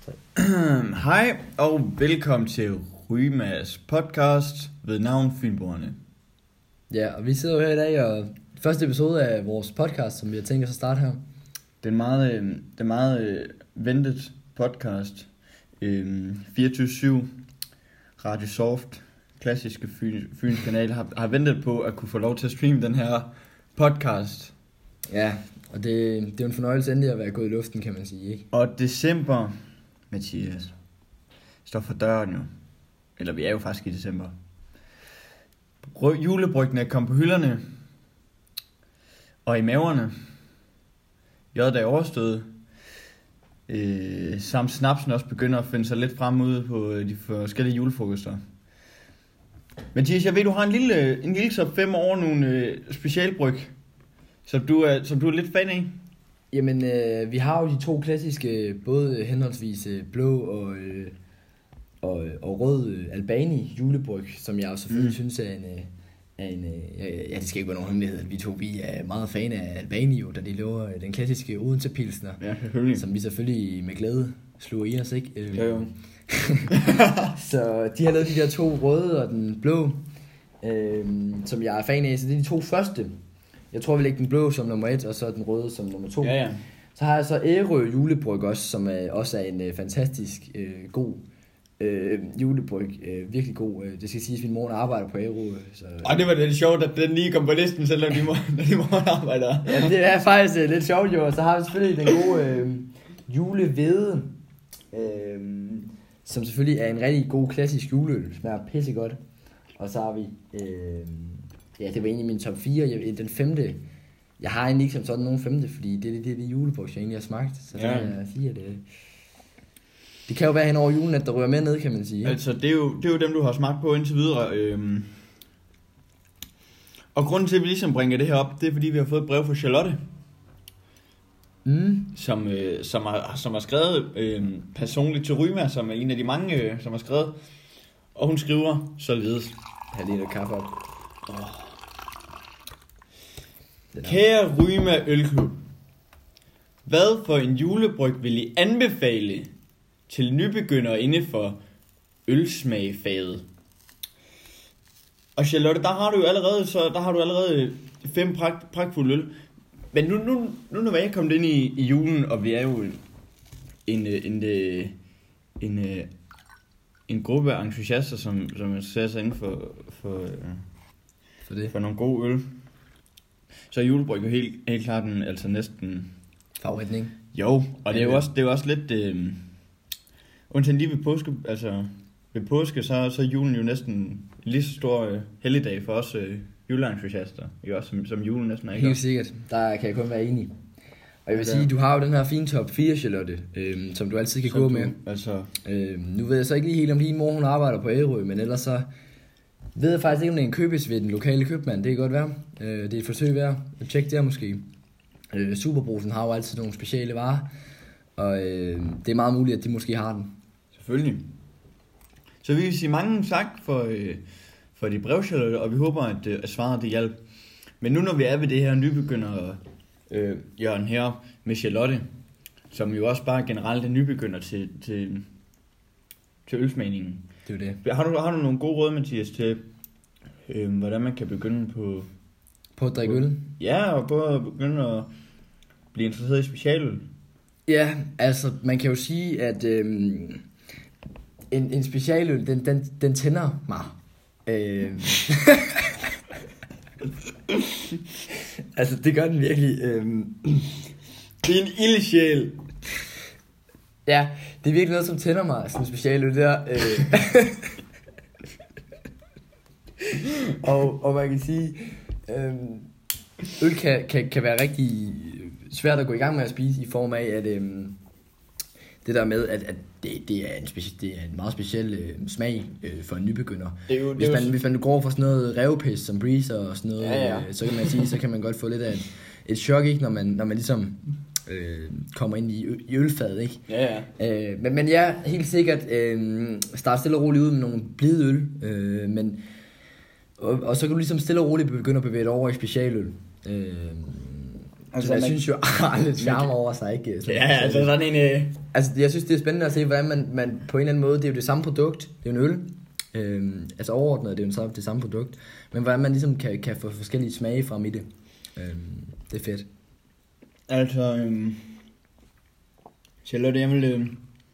Hej og velkommen til Rymas podcast ved navn Fynboerne. Ja, og vi sidder jo her i dag, og første episode af vores podcast, som vi har tænkt os at starte her. Det er meget ventet podcast. 24/7 Radio Soft, klassiske Fyns kanal, har ventet på at kunne få lov til at streame den her podcast. Ja, og det er jo en fornøjelse endelig at være gået i luften, kan man sige, ikke? Og december, Mathias, står for døren jo. Eller vi er jo faktisk i december. Julebryggene kom på hylderne. Og i maverne. Jødet er overstået. Samt snapsen også begynder at finde sig lidt frem ude på de forskellige julefrokoster. Mathias, jeg ved, du har en lille top 5 over nogle specialbryg, som du er lidt fan af. Jamen, vi har jo de to klassiske, både henholdsvis blå og rød Albani julebryg, som jeg selvfølgelig synes er en ja, det skal ikke være nogen hemmelighed, at vi er meget fan af Albani, jo, da de laver den klassiske Odense Pilsner, ja, som vi selvfølgelig med glæde slog i os, ikke? Jo. Så de har lavet de der to røde og den blå, som jeg er fan af, så det er de to første. Jeg tror, vi lægger den blå som nummer 1, og så den røde som nummer 2. Ja. Så har jeg så Ærø julebryg også, som også er en fantastisk god julebryg. Virkelig god. Det skal siges, at min mor arbejder på Ærø. Så... Og det var lidt sjovt, at den lige kom på listen, selvom de mor arbejder. Ja, det er faktisk lidt sjovt jo. Og så har vi selvfølgelig den gode julevede, som selvfølgelig er en rigtig god klassisk juleøl. Smager pissegodt. Og så har vi... ja, det var egentlig min top 4. Den femte... Jeg har egentlig ikke som sådan nogen femte, fordi det er det julebryg, jeg egentlig har smagt. Så ja. Jeg siger det. Det kan jo være hen over julen, at der rører med ned, kan man sige. Altså, det er jo dem, du har smagt på indtil videre. Og grunden til, at vi ligesom bringer det her op, det er, fordi vi har fået et brev fra Charlotte. Som har skrevet personligt til Ryma, som er en af de mange, som har skrevet. Og hun skriver således. Her lige noget kaffe op. Kære Ryma Ølklub, hvad for en julebryg vil I anbefale til nybegyndere inden for ølsmagfaget? Og Charlotte, der har du allerede 5 pragtfulde øl. Men nu når jeg er kommet ind i julen, og vi er jo en gruppe af entusiaster, som ser sig inden for nogle gode øl, så er julebryg jo helt klart altså næsten favoritten, ikke? Jo, og det er jo også lidt undtagen lige ved påske, altså ved påske, så er julen jo næsten lige så stor helligdag for os juleentusiaster, ikke også, som julen næsten er, ikke? Helt sikkert, der kan jeg kun være enig. Og jeg vil sige, du har jo den her fine top 4, Charlotte, som du altid kan gå med. Altså... Nu ved jeg så ikke lige helt, om din mor hun arbejder på Ærø, men ellers så ved jeg faktisk ikke, om det er en købes ved den lokale købmand. Det kan godt være. Det er et forsøg værd. Tjek der måske. Superbrusen har jo altid nogle speciale varer, og det er meget muligt, at de måske har den. Selvfølgelig. Så vi vil sige mange tak for de brevsjæller, og vi håber, at svaret det hjælper. Men nu når vi er ved det her nybegynder Jørgen her med Charlotte, som jo også bare generelt er nybegynder til ølsmagningen. Det er det. Har du nogle gode råd, Mathias, til hvordan man kan begynde på at drikke øl? Ja, og på at begynde at blive interesseret i specialøl. Ja, altså man kan jo sige, at en specialøl, den tænder mig. Altså det gør den virkelig. Det er en ildsjæl. Ja, det er virkelig noget, som tænder mig, sådan en specialøl der. og man kan sige, øl kan være rigtig svært at gå i gang med at spise, i form af, at det der med, at det er en meget speciel smag for en nybegynder. Hvis man går for sådan noget revpis som breezer og sådan noget, ja. Så kan man sige, så kan man godt få lidt af et chok, ikke, når man ligesom kommer ind i ølfadet, ikke? Ja. Men ja, helt sikkert starte stille og roligt ud med nogle blide øl, men og så kan du ligesom stille og roligt begynde at bevæge dig over i specialøl. Altså, jeg synes jo, har lidt charme over sig, ikke? Ja, altså sådan en... Altså, jeg synes, det er spændende at se, hvordan man på en eller anden måde, det er jo det samme produkt, det er jo en øl. Altså overordnet, det er jo det samme produkt. Men hvordan man ligesom kan få forskellige smage frem i det. Det er fedt. Altså, Charlotte, jeg vil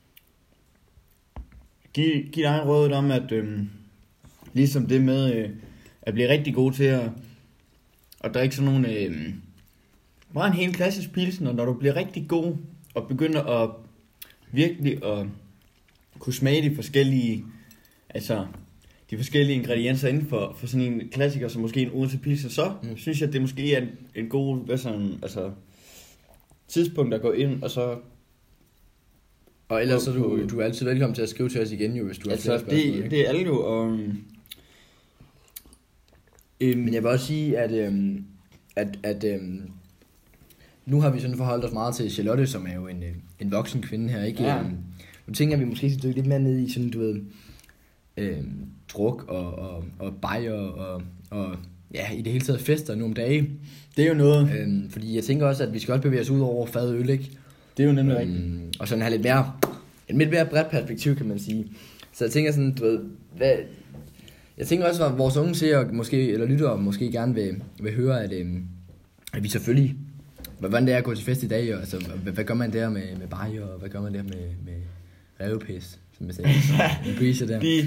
give dig rådet om, at ligesom det med at blive rigtig god til at drikke sådan nogle... bare en helt klassisk pilsner, når du bliver rigtig god og begynder at virkelig at kunne smage de forskellige, altså de forskellige ingredienser inden for sådan en klassiker, som måske en Odense pilsner, så synes jeg, at det måske er en god tidspunkt at gå ind og så... Og ellers så du er altid velkommen til at skrive til os igen, jo, hvis du har flere spørgsmål. Det er alle jo, og... Men jeg vil også sige, at nu har vi sådan forholdt os meget til Charlotte, som er jo en voksen kvinde her, ikke? Ja. Nu tænker vi måske skal dykke lidt mere ned i sådan, du ved, druk og bajer og ja, i det hele taget fester nu om dage. Det er jo noget. Fordi jeg tænker også, at vi skal også bevæge os ud over fad øl, ikke? Det er jo nemlig rigtigt. Og sådan have et lidt mere bredt perspektiv, kan man sige. Så jeg tænker sådan, du ved, jeg tænker også, at vores unge seere måske, eller lyttere måske gerne vil høre, at vi selvfølgelig, hvordan det er at gå til fest i dag, og altså, hvad gør man der med bajer, og hvad gør man der med revpis, som jeg sagde, en breezer der.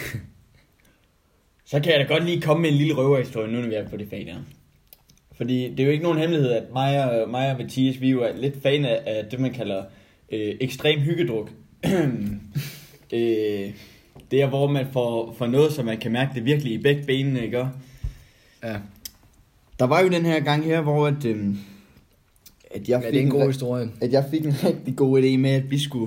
Så kan jeg da godt lige komme med en lille røverhistorie, nu når vi er på det fag der. Fordi det er jo ikke nogen hemmelighed, at mig og Mathias, vi jo er lidt fan af det, man kalder ekstrem hyggedruk. Det er, hvor man får noget, så man kan mærke det virkelig i begge benene, ikke? Ja. Der var jo den her gang her, hvor at jeg fik en god historie. At jeg fik en rigtig god idé med, at vi skulle...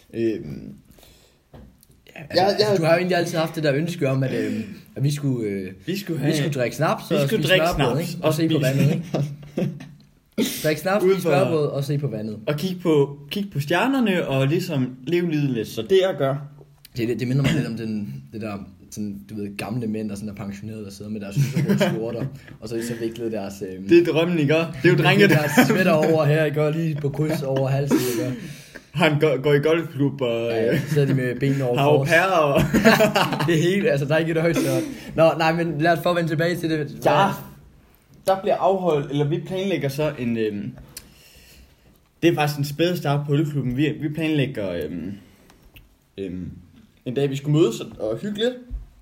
Du har jo egentlig altid haft det der ønske om, at vi skulle drikke snaps, og spise smørbrød, ikke? Og se på vandet, ikke? Drikke snaps, spise smørbrød og se på vandet. Og kigge på stjernerne og ligesom leve livet lidt. Så det jeg gør. Det minder mig lidt om det der sådan, du ved, gamle mænd, der sådan er pensionerede, der sidder med deres skjorter, og så så viklet deres... det er drømmen, ikke? Det er jo drenge, der sweater over her, ikke? Lige på kryds over halsen, ikke? Han går i golfklub og... Ja, sidder de med benene over har pærer og... det hele, altså der er ikke et højt stort. Nå, nej, men lad os vende tilbage til det. Ja, der bliver afholdt, eller vi planlægger så en... det er faktisk en spæde start på ølklubben. Vi planlægger en dag, vi skulle mødes og hygge lidt.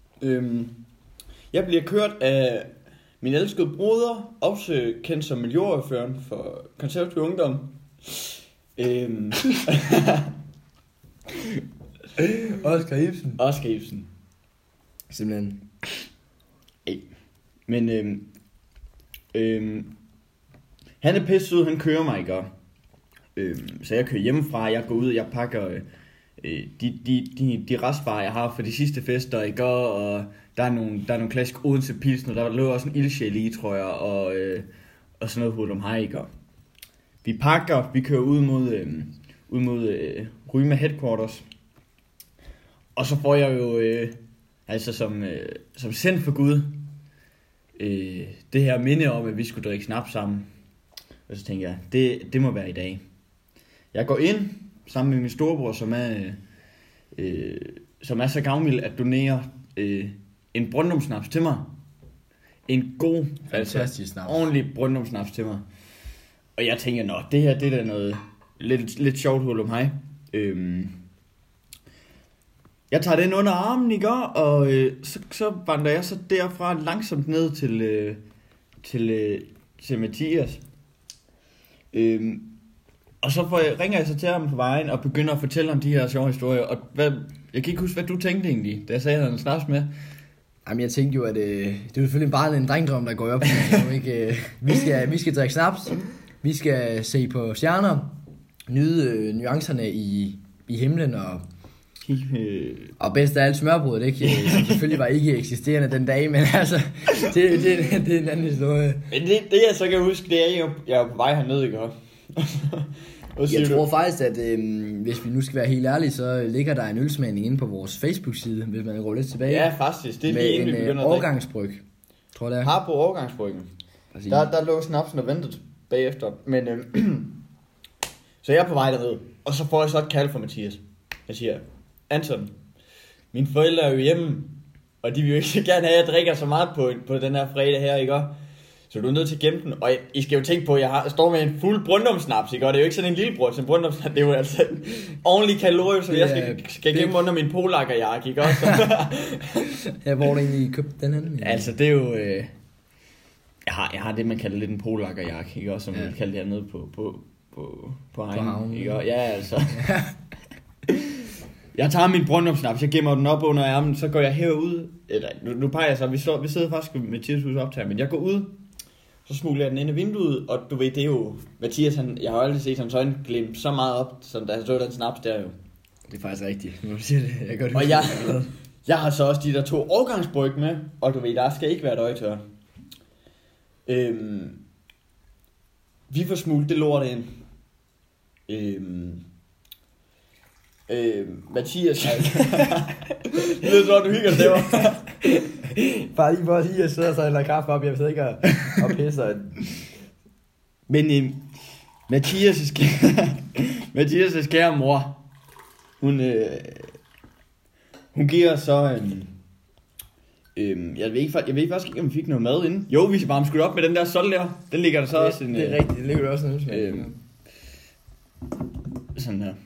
Jeg bliver kørt af min elskede broder, også kendt som miljøordføreren for konservativ ungdom. Oscar Ibsen. Simpelthen. Men han er pisse ud, han kører mig, ikke? Så jeg kører hjemmefra, jeg går ud, jeg pakker de restvarer, jeg har for de sidste fester, ikke? Og der er nogle klassiske Odense pilsner, der lå også en ildsjæl i, tror jeg, og sådan noget hurtigt om hej, ikke? Vi pakker, vi kører ud mod Ryma Headquarters. Og så får jeg jo, altså som sendt for Gud, det her minde om, at vi skulle drikke snaps sammen. Og så tænker jeg, det må være i dag. Jeg går ind sammen med min storebror, som er så gavmild at donere en Brøndum-snaps til mig. En god, fantastisk snaps. Ordentlig Brøndum-snaps til mig. Og jeg tænker, det her, det er da noget lidt sjovt hul om hej. Jeg tager den under armen, ikke? Og så vandrer jeg så derfra langsomt ned til Mathias. Og så ringer jeg så til ham på vejen og begynder at fortælle om de her sjove historier. Og jeg kan ikke huske, hvad du tænkte egentlig, da jeg sagde, at han snaps med. Jamen, jeg tænkte jo, at det er selvfølgelig bare en drengdrøm, der går op. Ikke? Vi skal drikke snaps. Vi skal se på stjerner. Nyde nuancerne i himlen og bedst af alt smørbrødet, ikke? Som selvfølgelig var ikke eksisterende den dag, men altså, det er en anden historie. Men det jeg så kan huske, det er, at jeg er på vej hernede, ikke? Jeg tror faktisk, at hvis vi nu skal være helt ærlige, så ligger der en ølsmagning inde på vores Facebook-side, hvis man går lidt tilbage. Ja, faktisk. Det er lige inden vi begynder at årgangsbryg. Tror det er. Har på årgangsbryggen. Der lå snapsen og ventede. bagefter. Men så jeg er på vej derned, og så får jeg så et kald fra Mathias. Jeg siger, Anton, mine forældre er jo hjemme, og de vil jo ikke så gerne have, at jeg drikker så meget på den her fredag her, ikke? Så du er nødt til at gemme den, og I skal jo tænke på, at jeg står med en fuld brøndumsnaps, ikke? Og det er jo ikke sådan en lillebror til en brøndumsnaps, det er jo altså en ordentlig kalorie, som jeg skal gemme under min polakkerjakke, ikke også? Ja, hvor du egentlig købte den anden? Ja. Altså, det er jo... Jeg har det, man kalder lidt en polakkerjakke, ikke også? Som man kalder det hernede på havnen, ikke også? Ja, altså... Jeg tager min brøndumsnaps, jeg gemmer den op under ærmen, så går jeg herud, eller nu peger jeg så, vi sidder faktisk med Mathias hus optager, men jeg går ud, så smugler jeg den ind i vinduet, og du ved, det er jo, Mathias, jeg har aldrig set hans øjne glemme så meget op, som da han så den snaps der jo. Det er faktisk rigtigt, nu siger det, jeg gør det. Og jeg har så også de der 2 årgangsbryg med, og du ved, der skal ikke være et øjetør. Vi får smuglet det lort ind. Mathias, det lyder så, du hygger det var. Bare lige for at sige, at jeg sidder så eller kaffe op, jeg sidder ikke og pisser. Men Mathias' kære mor, hun giver så jeg ved faktisk ikke, om vi fik noget mad inden. Jo, vi varme skudt op med den der sol der. Den ligger der så også en... Det er rigtigt, det ligger der også noget. Sådan her.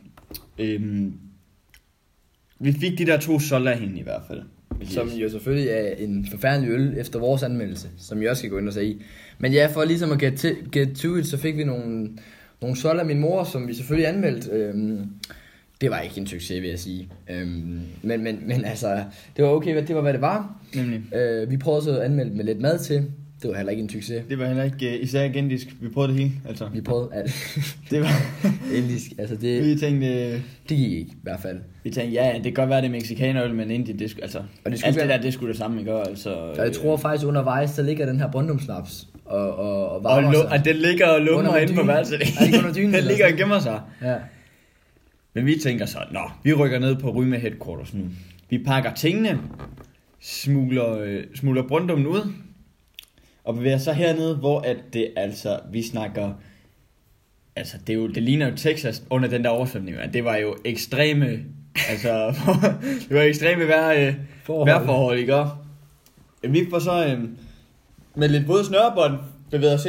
Vi fik de der 2 sol af hende i hvert fald. Som jo selvfølgelig er en forfærdelig øl efter vores anmeldelse, som jeg også skal gå ind og se i. Men ja, for ligesom at get to it, så fik vi nogle sol af min mor, som vi selvfølgelig anmeldte. Det var ikke en succes, vil jeg sige. Men altså, det var okay, det var hvad det var. Nemlig. Vi prøvede så at anmelde med lidt mad til. Det var heller ikke en succes. Det var heller ikke især indisk. Vi prøvede det hele, altså. Vi prøvede alt. Det var indisk, altså det... Vi tænkte... Det gik ikke, i hvert fald. Vi tænkte, ja, det kan godt være, det er mexikanerøl, men Indien, det skulle... Altså, og det alt det der, det skulle det samme, ikke? Altså, og jeg tror faktisk undervejs, der ligger den her brøndumsnaps og varmer sig. Og den ligger og lummer inde på værelset. Den ligger og gemmer sig. Ja. Men vi tænker så, vi rykker ned på Ryme Headquarters nu. Vi pakker tingene, smugler brøndummen ud, og bevæger så hernede, hvor at det altså, vi snakker, altså det ligner jo Texas under den der oversvømning, det var jo ekstreme, altså det var ekstreme vejrforhold, ikke? Vi får så med lidt våde snørebånd bevæger os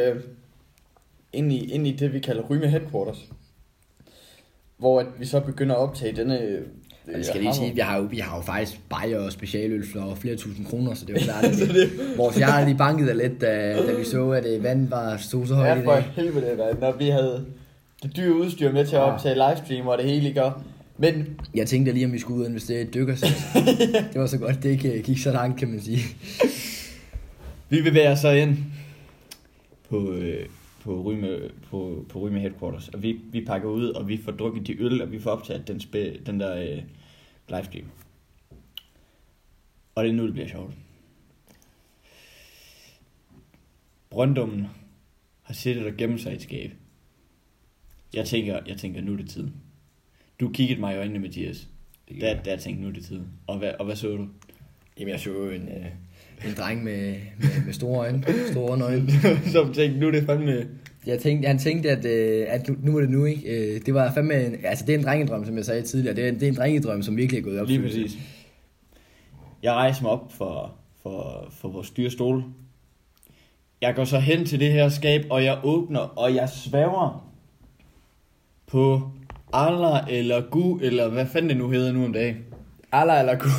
ind i det vi kalder Ryme Headquarters, hvor at vi så begynder at optage denne. Jeg skal lige sige, vi har jo faktisk bajer og specialøl for flere tusind kroner, så det var klart, at vores hjerte lige bankede der lidt, da vi så, at vand stod så højt i dag. Ja, for helvede, når vi havde det dyre udstyr med til at optage livestream og det hele, ikke? Men jeg tænkte lige, om vi skulle ud og investere i et dykkersæt. Det var så godt, det ikke gik så langt, kan man sige. Vi bevæger så ind på Ryme Headquarters, og vi pakker ud, og vi får drukket de øl, og vi får optaget den der livestream. Og det er nu, det bliver sjovt. Brøndummen har siddet og gemt sig i et skab. Jeg tænker, nu er det tid. Du kiggede mig i øjnene, Mathias. Da jeg tænkte, nu er det tid. Og hvad så du? Jamen, jeg så jo en dreng med store øjne. Som tænkte, nu er det fandme... Han tænkte, at nu er det nu, ikke? Det var fandme... Altså, det er en drengedrøm, som jeg sagde tidligere. Det er en drengedrøm, som virkelig er gået op. Lige præcis. Jeg rejser mig op for vores dyre stol. Jeg går så hen til det her skab, og jeg åbner, og jeg svæver på Allah eller Gu, eller hvad fanden det nu hedder nu om dagen. Allah eller Gu.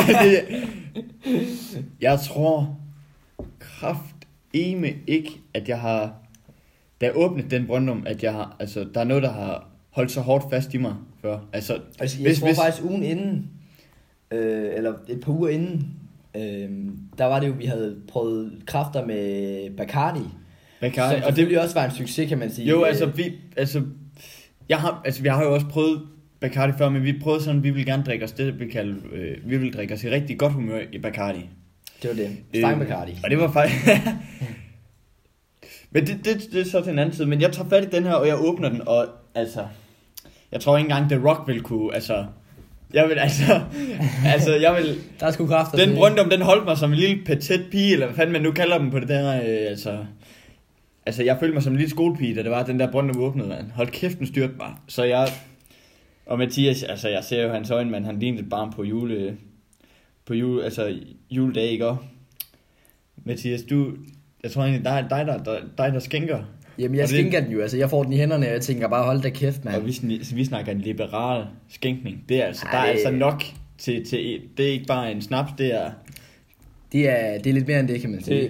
Jeg tror kraftedeme ikke, at jeg har, da jeg åbnede den brøndum, at jeg har, altså der er noget, der har holdt så hårdt fast i mig før. Altså jeg tror faktisk ugen inden, eller et par uger inden, der var det jo, vi havde prøvet kræfter med Bacardi. Og det ville også være en succes, kan man sige. Jo, vi har jo også prøvet Bacardi før, men vi prøvede sådan, vi ville gerne drikke os det, vi ville drikke os i rigtig godt humør i Bacardi. Det var det. Stang Bacardi. Og det var faktisk... Men det er så til en anden side. Men jeg tager fat i den her, og jeg åbner den, og altså... Jeg tror ikke engang, The Rock vil kunne, altså... Jeg vil... Der er sgu kræfter. Den brøndum, den holdt mig som en lille petit pige, eller hvad fanden man nu kalder dem på det der, altså... Altså, jeg følte mig som en lille skolepige, da det var den der Brøndum åbnede, mand. Hold kæft, den styrte mig. Så jeg... Og Mathias, altså, jeg ser jo hans øjne, mand. Han lignede et barn på juledag, ikke? Og Mathias, jeg tror egentlig, dig, der skænker. Jamen, jeg skænker den jo. Altså, jeg får den i hænderne, og jeg tænker bare, hold da kæft, mand. Og vi snakker en liberal skænkning. Det er altså, der er altså nok til... Det er ikke bare en snaps, det er... Det er lidt mere end det, kan man sige.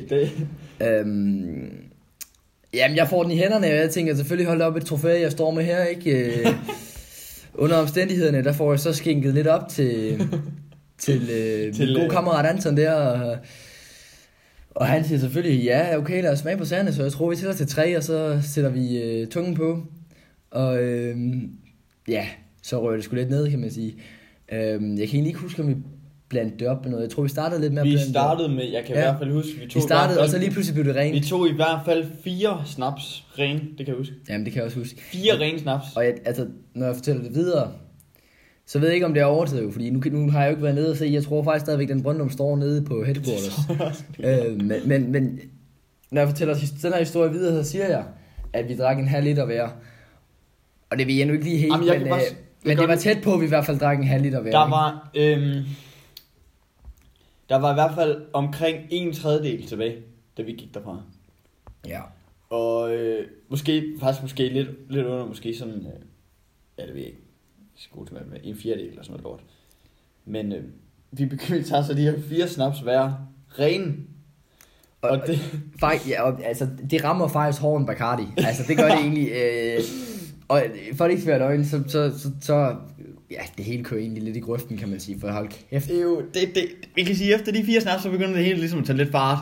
Jamen, jeg får den i hænderne, og jeg tænker selvfølgelig, hold op et trofæ, jeg står med her, ikke? Under omstændighederne, der får jeg så skænket lidt op til min gode kammerat Anton der, og han siger selvfølgelig, ja, okay, lad os smage på sagerne, så jeg tror, vi tæller til 3, og så sætter vi tungen på, og ja, så rører det sgu lidt ned, kan man sige. Jeg kan egentlig ikke huske, om vi blandede det op med noget. Jeg tror, vi startede lidt med at blande det op. Vi startede med, jeg kan i hvert fald huske, vi startede, og så lige pludselig blev det rent. Vi tog i hvert fald 4 snaps ren, det kan jeg huske. Jamen, det kan jeg også huske. 4 ren snaps. Og altså, når jeg fortæller det videre, så ved jeg ikke, om det er overtaget jo, fordi nu har jeg jo ikke været nede og se. Jeg tror faktisk stadigvæk, den Brøndum står nede på headquarters. Men når jeg fortæller den her historie videre, så siger jeg, at vi drak en halv liter hver. Og det vil jeg nu ikke lige helt, men det var tæt på, at vi i hvert fald drak en halv liter hver. Der var i hvert fald omkring 1/3 tilbage, da vi gik derfra. Ja. Og måske lidt under, måske sådan, ja, det ved jeg ikke, skole med 1/4 eller sådan noget lort. Men vi tager så de her 4 snaps hver, ren. Og altså, det rammer faktisk hården en Bacardi. Altså, det gør det egentlig. Og for det ikke svært øjne, så ja, det hele kører egentlig lidt i grøften, kan man sige, for hold kæft. Vi kan sige, efter de 4 snaps, så begynder det hele ligesom at tage lidt fart.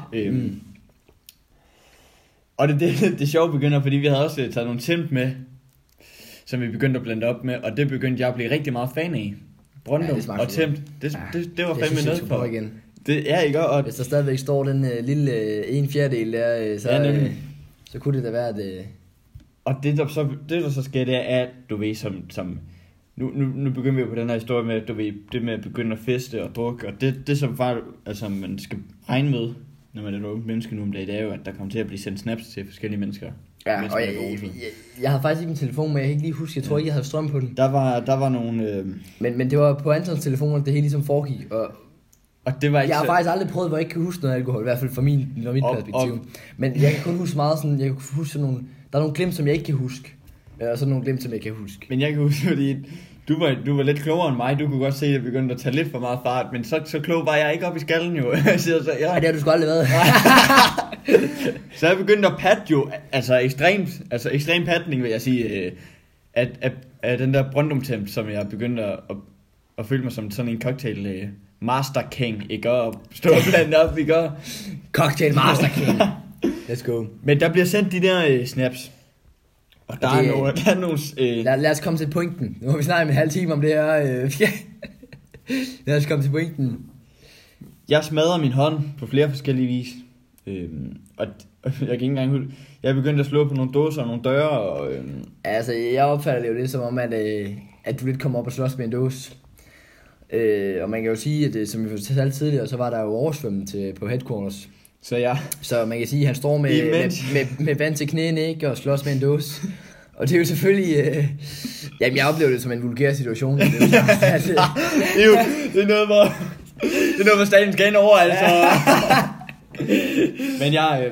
Og det sjove begynder, fordi vi havde også taget nogle temp med, som vi begyndte at blande op med, og det begyndte jeg at blive rigtig meget fan af. Brøndum og temp, det var fandme noget for. Igen. Det er ikke, og hvis der stadigvæk står den lille 1/4 der, så kunne det da være, at... Og det der så sker, det er, at du ved, som nu begynder vi på den her historie med, du ved, det med at begynde at feste og drukke, og det som faktisk, altså man skal regne med, når man er et ungt menneske nu om dagen, det er jo, at der kommer til at blive sendt snaps til forskellige mennesker. Ja, og jeg havde faktisk ikke min telefon med, jeg kan ikke lige huske, jeg tror ikke, jeg havde strøm på den. Der var nogle... Men det var på Antons telefon, det hele ligesom foregik, og det var ikke jeg har faktisk aldrig prøvet, hvor jeg ikke kan huske noget alkohol, i hvert fald fra mit perspektiv. Men jeg kan kun huske meget sådan, jeg kan huske sådan nogle, der er nogle glimt, som jeg ikke kan huske, og så nogle glimt, som jeg kan huske. Men jeg kan huske, fordi du var lidt klogere end mig, du kunne godt se, at jeg begyndte at tage lidt for meget fart, men så klog var jeg ikke op i skallen jo. Nej, det har du sgu aldrig været. Så jeg begyndte at patte jo, altså ekstrem patning, vil jeg sige, at den der Brøndum-temp, som jeg begyndte at føle mig som sådan en cocktail master king, ikke? Og stå og blande op, ikke? Cocktail master king. Let's go. Men der bliver sendt de der snaps. Og der er nogle... Lad os komme til pointen. Nu har vi snakket en halv time om det her. Lad os komme til pointen. Jeg smadrer min hånd på flere forskellige vis. Og jeg kan ikke engang huske... Jeg er begyndt at slå på nogle dåser og nogle døre. Og, Altså, jeg opfatter det jo lidt som om, at du lidt kommer op og slås med en dåse. Og man kan jo sige, at som vi fortalte tidligere, så var der jo oversvømmet på headquarters. Så man kan sige, at han står med vand til knæene, ikke, og slås med en dåse. Og det er jo selvfølgelig... jamen, jeg oplever det som en vulgær situation. Det er noget, hvor staten skal ind over, altså. Men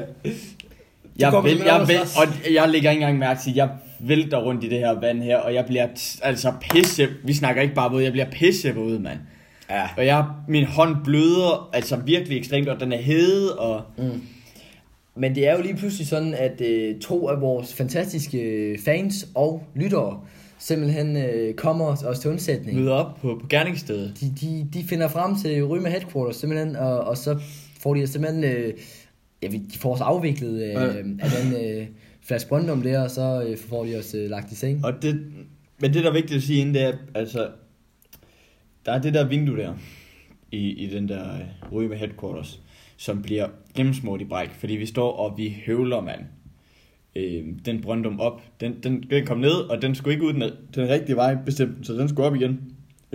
jeg lægger ikke engang mærke til, jeg vælter rundt i det her vand her, og jeg bliver altså pisse. Vi snakker ikke bare våd, jeg bliver pisse våd, mand. Ja. Og min hånd bløder altså virkelig ekstremt, og den er hede og... Men det er jo lige pludselig sådan, at 2 af vores fantastiske fans og lyttere simpelthen kommer os til undsætning. Møder op på gerningsstedet. De finder frem til Ryme Headquarters simpelthen, og så får de simpelthen... de får os afviklet af den flaske Brøndum der, og så får de os lagt i seng. Men det der er vigtigt at sige inden, det er, altså... Der er det der vindue der, i den der Ryme Headquarters, som bliver gennemsmurt i bræk, fordi vi står og vi høvler, mand. Den Brøndum op. Den kom ned, og den skulle ikke ud den rigtige vej bestemt, så den skulle op igen.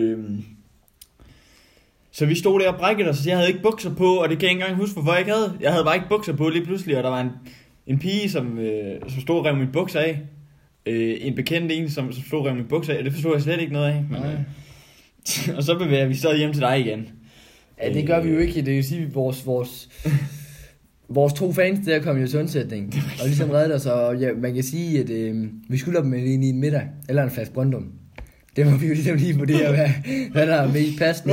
Så vi stod der og brækkede os, så jeg havde ikke bukser på, og det kan jeg ikke engang huske, hvorfor jeg ikke havde. Jeg havde bare ikke bukser på lige pludselig, og der var en pige, som stod og rev min bukser af. En bekendt en, som stod og rev min bukser af. Det forstod jeg slet ikke noget af. Men, og så bevæger vi så hjem til dig igen. Ja, det gør vi jo ikke. Det er jo sige, vores 2 fans der kom jo til undsætning. Og ligesom reddede os, og ja, man kan sige, at vi skylder dem ind i en middag. Eller en fast Brøndum. Det må vi jo ligesom lige vurdere, hvad der er mest passende.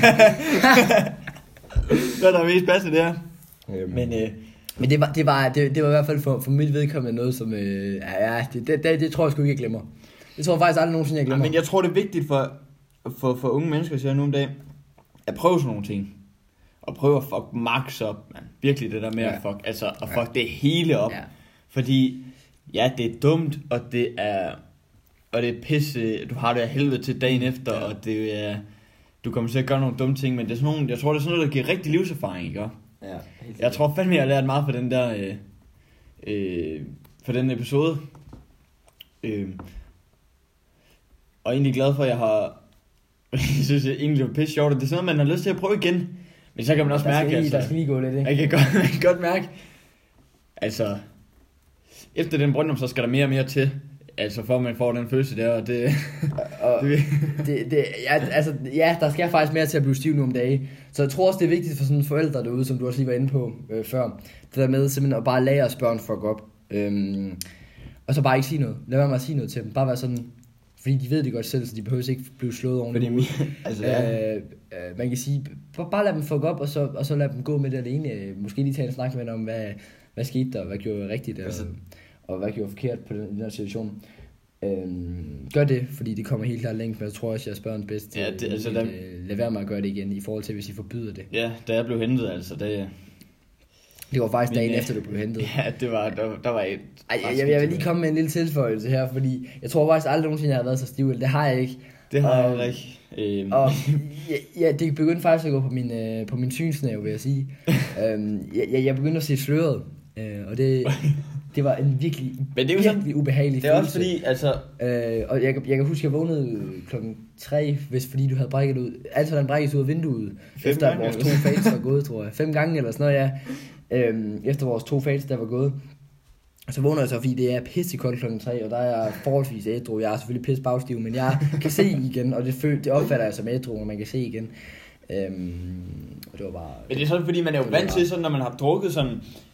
Hvad der er mest passende, det er. Men det var i hvert fald for mit vedkommende noget, som... det tror jeg sgu ikke, jeg glemmer. Det tror jeg faktisk aldrig nogensinde, jeg glemmer. Men jeg tror, det er vigtigt for unge mennesker, siger nu om dagen, at prøve sådan nogle ting. Og prøve at fuck max op, man. Virkelig det der med at fuck, altså at fuck det hele op. Ja. Fordi, ja, det er dumt, og det er pisse, du har det af helvede til dagen efter, og det er, du kommer til at gøre nogle dumme ting, men det er sådan nogle, jeg tror, det er sådan noget, der giver rigtig livserfaring, ikke? Ja, jeg tror fandme, jeg har lært meget fra den der, for den episode. Og egentlig glad for, at jeg har, jeg synes egentlig, det var pisse sjovt, og det er sådan noget, man har lyst til at prøve igen. Men så kan man også mærke, der skal lige gå lidt, ikke? Jeg kan godt mærke, altså, efter den Brøndum, så skal der mere og mere til, altså for at man får den følelse der, og det... der skal faktisk mere til at blive stiv nu om dagen. Så jeg tror også, det er vigtigt for sådan forældre derude, som du også lige var inde på før, det der med simpelthen at bare lade os børn fuck op. Og så bare ikke sige noget. Lad være med at sige noget til dem. Bare være sådan... Fordi de ved det godt selv, så de behøver ikke blive slået ordentligt. Man kan sige, bare lad dem fuck op, og så lad dem gå med det alene. Måske lige tage en snak med dem om, hvad skete der, hvad gjorde rigtigt, og hvad gjorde forkert på den her situation. Gør det, fordi det kommer helt klart længst, men jeg tror også, jeg spørger den bedste. Ja, lad være med at gøre det igen, i forhold til, hvis I forbyder det. Ja, da jeg blev hentet, altså, det var faktisk dagen efter, du blev hentet. Ja, det var, der var et... Jeg vil lige komme med en lille tilføjelse her, fordi jeg tror faktisk aldrig nogensinde, jeg har været så stiv. Det har jeg ikke. Det har jeg ikke. Og det begyndte faktisk at gå på min synsnæve, vil jeg sige. Jeg begyndte at se sløret, og det var en virkelig ubehagelig følelse. Det er også fordi, altså... Og jeg kan huske, jeg vågnede 3, fordi du havde brækket ud. Altså, den brækkes ud af vinduet, efter vores 2 fans var gået, tror jeg. 5 gange eller sådan noget, ja. Efter vores 2 fans, der var gået. Og så vågner jeg så, fordi det er pissekoldt klokken 3, og der er jeg forholdsvis ædru. Jeg er selvfølgelig pisse bagstiv, men jeg kan se igen, og det opfatter jeg som ædru, når man kan se igen. Og det var bare... Men det er sådan, fordi man er jo vant til, sådan, når man har drukket sådan...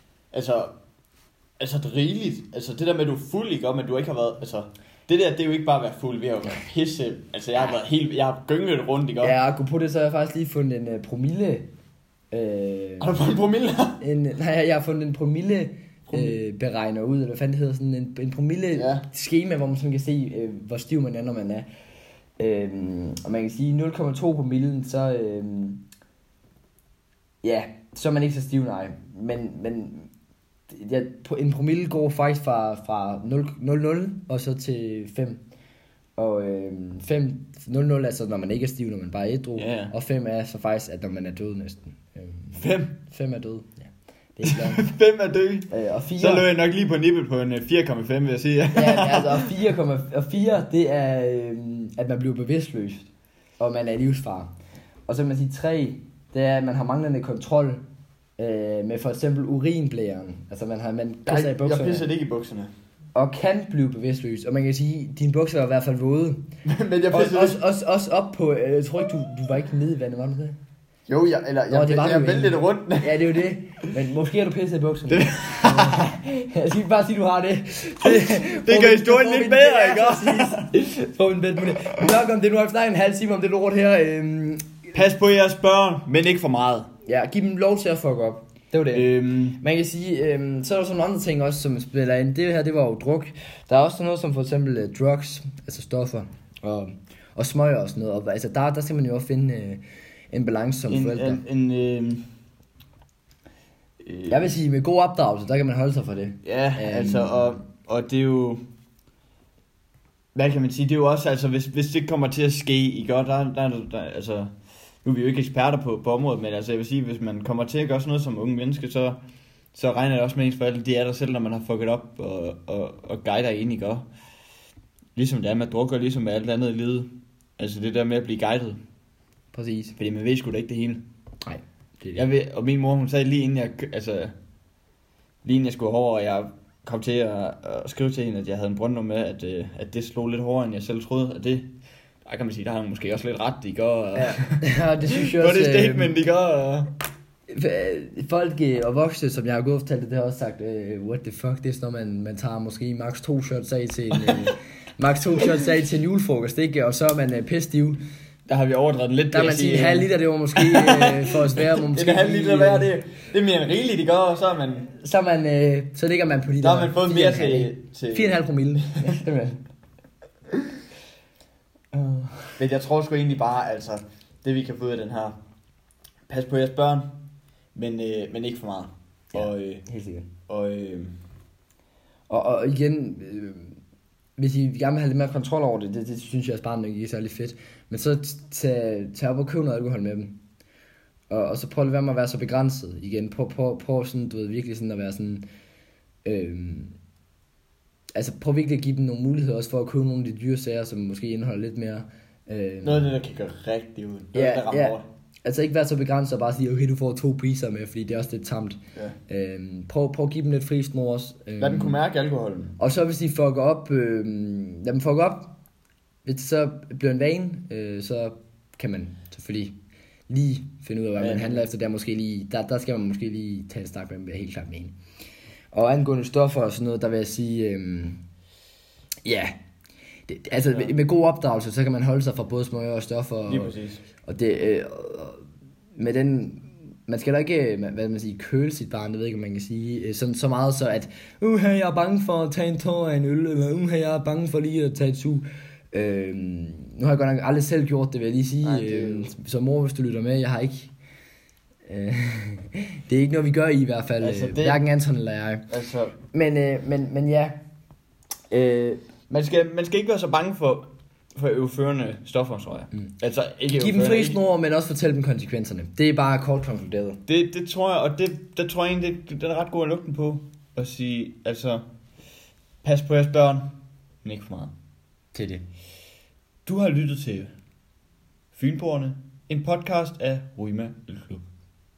Altså det rigeligt, altså det der med, at du er fuld, ikke, og men du ikke har været, altså, det der, det er jo ikke bare at være fuld, vi har jo været pisse, altså jeg har gynget rundt, ikke? Ja, og gå på det, så har jeg faktisk lige fundet en promille. Har du fundet en promille? Jeg har fundet en promille beregner ud, eller hvad fanden det hedder, sådan en promille schema, hvor man sådan kan se, hvor stiv man er, når man er. Og man kan sige 0,2 promillen, så så er man ikke så stiv, nej, men en promille går faktisk fra 0,0 og så til 5. Og 0,0 er så, når man ikke er stiv, når man bare er ædru. Yeah. Og 5 er så faktisk, at når man er død næsten. 5 er død, ja. Det er klart. 5 er død? Og 4... Så lå jeg nok lige på nippet på en 4,5, vil jeg sige. Ja, altså 4, det er, at man bliver bevidstløs, og man er i livsfare. Og så kan man sige 3, det er, at man har manglende kontrol, med for eksempel urinblæren. Altså man pisser i bukserne. Jeg pisser ikke i bukserne. Og kan blive bevidstløs. Og man kan sige, dine bukser er i hvert fald våde. Men jeg pisser også op på, jeg tror ikke, du var ikke nede i vandet, var du det? Jo, jeg væltede det rundt. Ja, det er jo det. Men måske er du pisset i bukserne. Jeg skal bare sige, du har det. Det gør historien lidt bedre, ikke? Få en bed på det. Nok om det, nu har vi snakket en halv time om det lort her. Pas på jeres børn, men ikke for meget. Ja, giv dem lov til at fuck op. Det var det. Man kan sige, så er der sådan nogle andre ting også, som spiller ind. Det her, det var jo druk. Der er også sådan noget som for eksempel drugs, altså stoffer, og smøger og sådan noget. Og, altså der skal man jo også finde en balance som forældre. Jeg vil sige, med god opdragelse, der kan man holde sig for det. Ja, altså, og det er jo... Hvad kan man sige? Det er jo også, altså, hvis det kommer til at ske, ikke? Og der altså... Nu er vi jo ikke eksperter på området, men altså jeg vil sige, hvis man kommer til at gøre sådan noget som unge menneske, så regner det også med ens forældre, de er der selv, når man har fucket op og guider ind, ikke? Og ligesom det er med druk, og ligesom med alt andet i livet. Altså det der med at blive guidet. Præcis. Fordi man ved sgu da ikke det hele. Nej. Jeg ved, og min mor, hun sagde lige inden lige inden jeg skulle over, og jeg kom til at skrive til hende, at jeg havde en brøndnummer med, at det slog lidt hårdere, end jeg selv troede. Og det, der kan man sige, der har hun måske også lidt ret, de gør. Og ja, det synes jeg også. det statement, de gør. Og folk og voksne, som jeg har gået og fortalt, det har også sagt, what the fuck, det er sådan noget, man tager måske max 2 shots af til en julefrokost, ikke? Og så er man pisstiv. Der har vi overdrevet lidt. Der man siger, en halv liter, det var måske for at svære. Det er en halv liter værd, det er mere end rigeligt, de gør, og så er man... Så ligger man på de der har man fået mere til 4,5 promille. Men jeg tror sgu egentlig bare, altså, det vi kan få ud af den her, pas på jeres børn, men ikke for meget. Ja, helt sikkert. Og Og igen, hvis I gerne vil have lidt mere kontrol over det synes jeg også bare ikke er særlig fedt. Men så tag op og køb noget alkohol med dem. Og så prøv at være med at være så begrænset igen. Prøv sådan, du ved, virkelig sådan at være sådan... altså prøv virkelig at give dem nogle muligheder også for at købe nogle af de dyre sager, som måske indeholder lidt mere... noget af det, der kan gøre rigtig ud. Ja. Altså ikke være så begrænset og bare sige, okay, du får 2 priser med, fordi det er også lidt tamt. Ja. Prøv at give dem lidt fri snor også. Lad dem kunne mærke alkoholen. Og så hvis de fucker op, lad dem fucker op. Hvis det så bliver en vane, så kan man selvfølgelig lige finde ud af, hvad man handler efter. Der skal man måske lige tage en snak med dem, jeg er helt klart med. Og angående stoffer og sådan noget, der vil jeg sige, med god opdragelse, så kan man holde sig fra både smøger og stoffer. Lige præcis. Og det, med den, man skal da ikke, hvad man siger, køle sit barn, det ved ikke, om man kan sige, så meget så, at jeg er bange for at tage en tår af en øl, eller jeg er bange for lige at tage et sug. Nu har jeg godt nok aldrig selv gjort det, vil jeg lige sige. Nej, så mor, hvis du lytter med, jeg har ikke... det er ikke noget, vi gør i hvert fald. Altså, hverken Anton eller jeg. Altså, men ja. Man skal ikke være så bange for euførende stoffer, tror jeg. Altså, ikke giv dem fri snor, men også fortæl dem konsekvenserne. Det er bare kort konkluderet. Det tror jeg, og det tror jeg egentlig, det er ret god at lukke den på. Og sige, altså, pas på jeres børn, men ikke for meget. Til det. Du har lyttet til Fynboerne, en podcast af Ryma Ølklub.